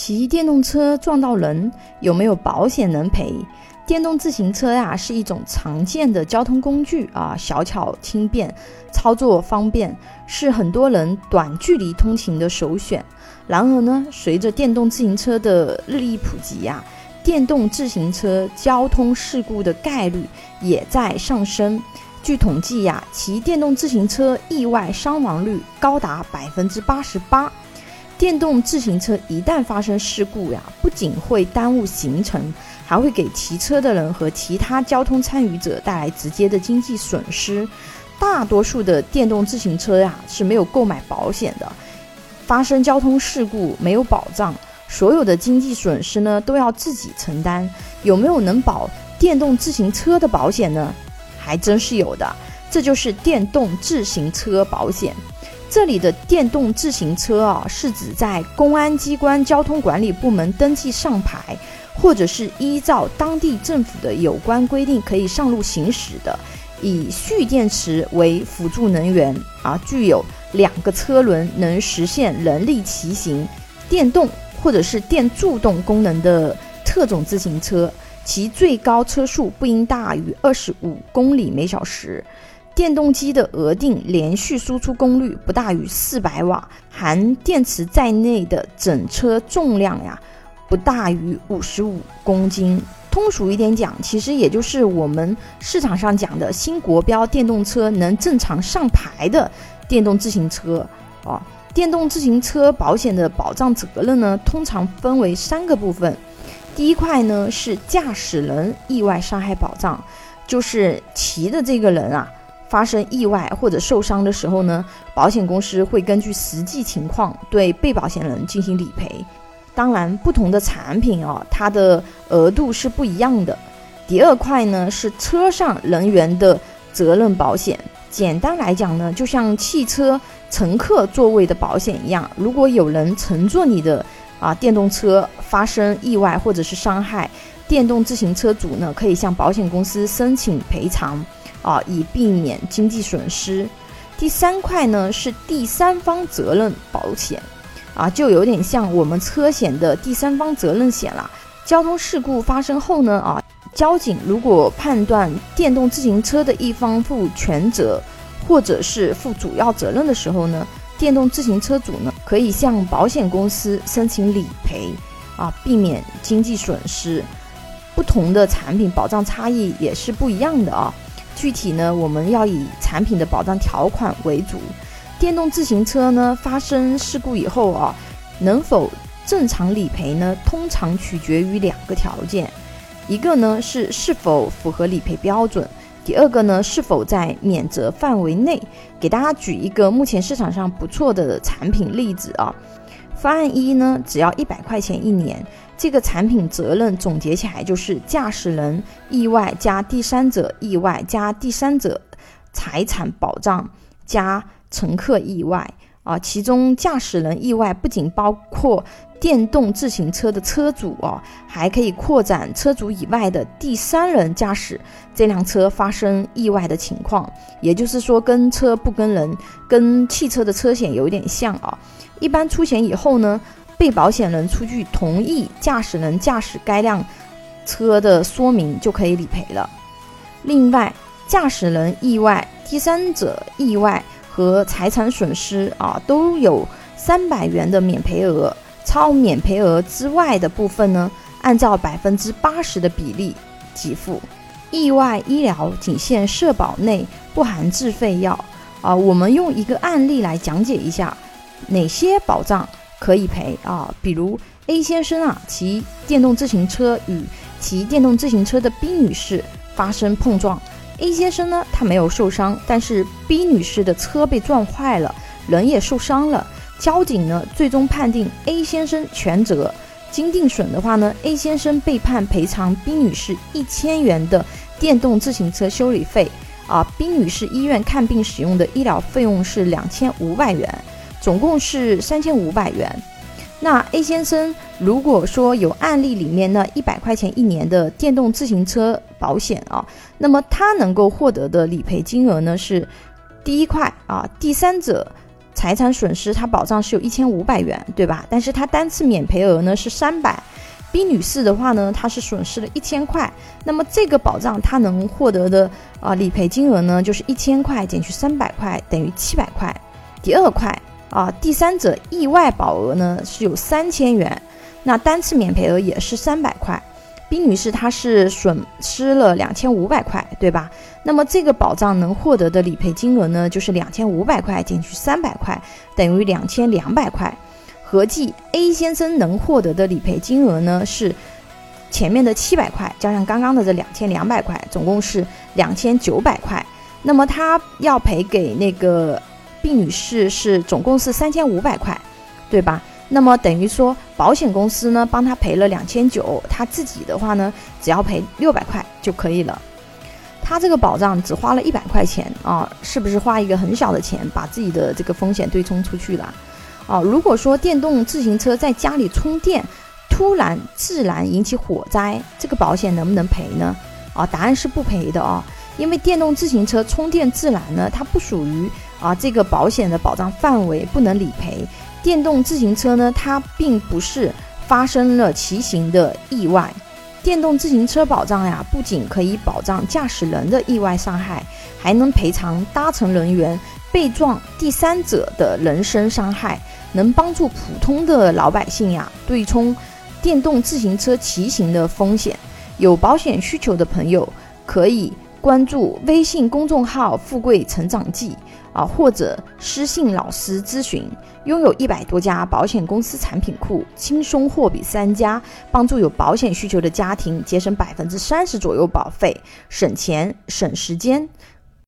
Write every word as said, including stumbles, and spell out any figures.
骑电动车撞到人，有没有保险能赔？电动自行车呀、啊，是一种常见的交通工具啊，小巧轻便，操作方便，是很多人短距离通勤的首选。然而呢，随着电动自行车的日益普及呀、啊，电动自行车交通事故的概率也在上升。据统计呀、啊，骑电动自行车意外伤亡率高达百分之八十八。电动自行车一旦发生事故呀，不仅会耽误行程，还会给骑车的人和其他交通参与者带来直接的经济损失。大多数的电动自行车呀是没有购买保险的，发生交通事故没有保障，所有的经济损失呢都要自己承担。有没有能保电动自行车的保险呢？还真是有的，这就是电动自行车保险。这里的电动自行车啊，是指在公安机关交通管理部门登记上牌，或者是依照当地政府的有关规定可以上路行驶的，以蓄电池为辅助能源啊，具有两个车轮能实现人力骑行、电动或者是电助动功能的特种自行车，其最高车速不应大于二十五公里每小时。电动机的额定连续输出功率不大于四百瓦，含电池在内的整车重量呀不大于五十五公斤。通俗一点讲，其实也就是我们市场上讲的新国标电动车能正常上牌的电动自行车啊。电动自行车保险的保障责任呢，通常分为三个部分。第一块呢是驾驶人意外伤害保障，就是骑的这个人啊发生意外或者受伤的时候呢，保险公司会根据实际情况对被保险人进行理赔。当然，不同的产品啊，它的额度是不一样的。第二块呢是车上人员的责任保险。简单来讲呢，就像汽车乘客座位的保险一样，如果有人乘坐你的啊电动车发生意外或者是伤害，电动自行车主呢可以向保险公司申请赔偿啊，以避免经济损失。第三块呢是第三方责任保险啊，就有点像我们车险的第三方责任险啦。交通事故发生后呢啊，交警如果判断电动自行车的一方负全责或者是负主要责任的时候呢，电动自行车主呢可以向保险公司申请理赔啊，避免经济损失。不同的产品保障差异也是不一样的啊。具体呢，我们要以产品的保障条款为主。电动自行车呢发生事故以后啊，能否正常理赔呢，通常取决于两个条件。一个呢是是否符合理赔标准，第二个呢是否在免责范围内。给大家举一个目前市场上不错的产品例子啊。方案一呢只要一百块钱一年，这个产品责任总结起来就是驾驶人意外加第三者意外加第三者财产保障加乘客意外啊，其中驾驶人意外不仅包括电动自行车的车主啊，还可以扩展车主以外的第三人驾驶这辆车发生意外的情况。也就是说，跟车不跟人，跟汽车的车险有点像啊。一般出险以后呢，被保险人出具同意驾驶人驾驶该辆车的说明就可以理赔了。另外，驾驶人意外、第三者意外和财产损失啊，都有三百元的免赔额。超免赔额之外的部分呢，按照百分之八十的比例给付。意外医疗仅限社保内，不含自费药啊。我们用一个案例来讲解一下哪些保障可以赔啊。比如 A 先生啊，骑电动自行车与骑电动自行车的 B 女士发生碰撞。A 先生呢，他没有受伤，但是 B 女士的车被撞坏了，人也受伤了。交警呢，最终判定 A 先生全责。经定损的话呢 ，A 先生被判赔偿 B 女士一千元的电动自行车修理费啊。B 女士医院看病使用的医疗费用是两千五百元，总共是三千五百元。那 A 先生如果说有案例里面呢一百块钱一年的电动自行车保险啊，那么他能够获得的理赔金额呢是第一块啊，第三者财财产损失它保障是有一千五百元，对吧？但是它单次免赔额呢是三百。B 女士的话呢，她是损失了一千块，那么这个保障她能获得的啊、呃、理赔金额呢，就是一千块减去三百块等于七百块。第二块啊，第三者意外保额呢是有三千元，那单次免赔额也是三百块。B 女士她是损失了两千五百块，对吧？那么这个保障能获得的理赔金额呢，就是两千五百块减去三百块等于两千两百块。合计 A 先生能获得的理赔金额呢是前面的七百块加上刚刚的这两千两百块，总共是两千九百块。那么他要赔给那个 B 女士是总共是三千五百块，对吧？那么等于说保险公司呢帮他赔了两千九，他自己的话呢只要赔六百块就可以了。他这个保障只花了一百块钱啊，是不是花一个很小的钱把自己的这个风险对冲出去了？啊，如果说电动自行车在家里充电，突然自燃引起火灾，这个保险能不能赔呢？啊，答案是不赔的啊，因为电动自行车充电自燃呢，它不属于啊这个保险的保障范围，不能理赔。电动自行车呢，它并不是发生了骑行的意外。电动自行车保障呀，不仅可以保障驾驶人的意外伤害，还能赔偿搭乘人员被撞第三者的人身伤害，能帮助普通的老百姓呀对冲电动自行车骑行的风险。有保险需求的朋友可以关注微信公众号富贵成长记啊，或者私信老师咨询。拥有一百多家保险公司产品库，轻松货比三家，帮助有保险需求的家庭节省百分之三十左右保费，省钱省时间。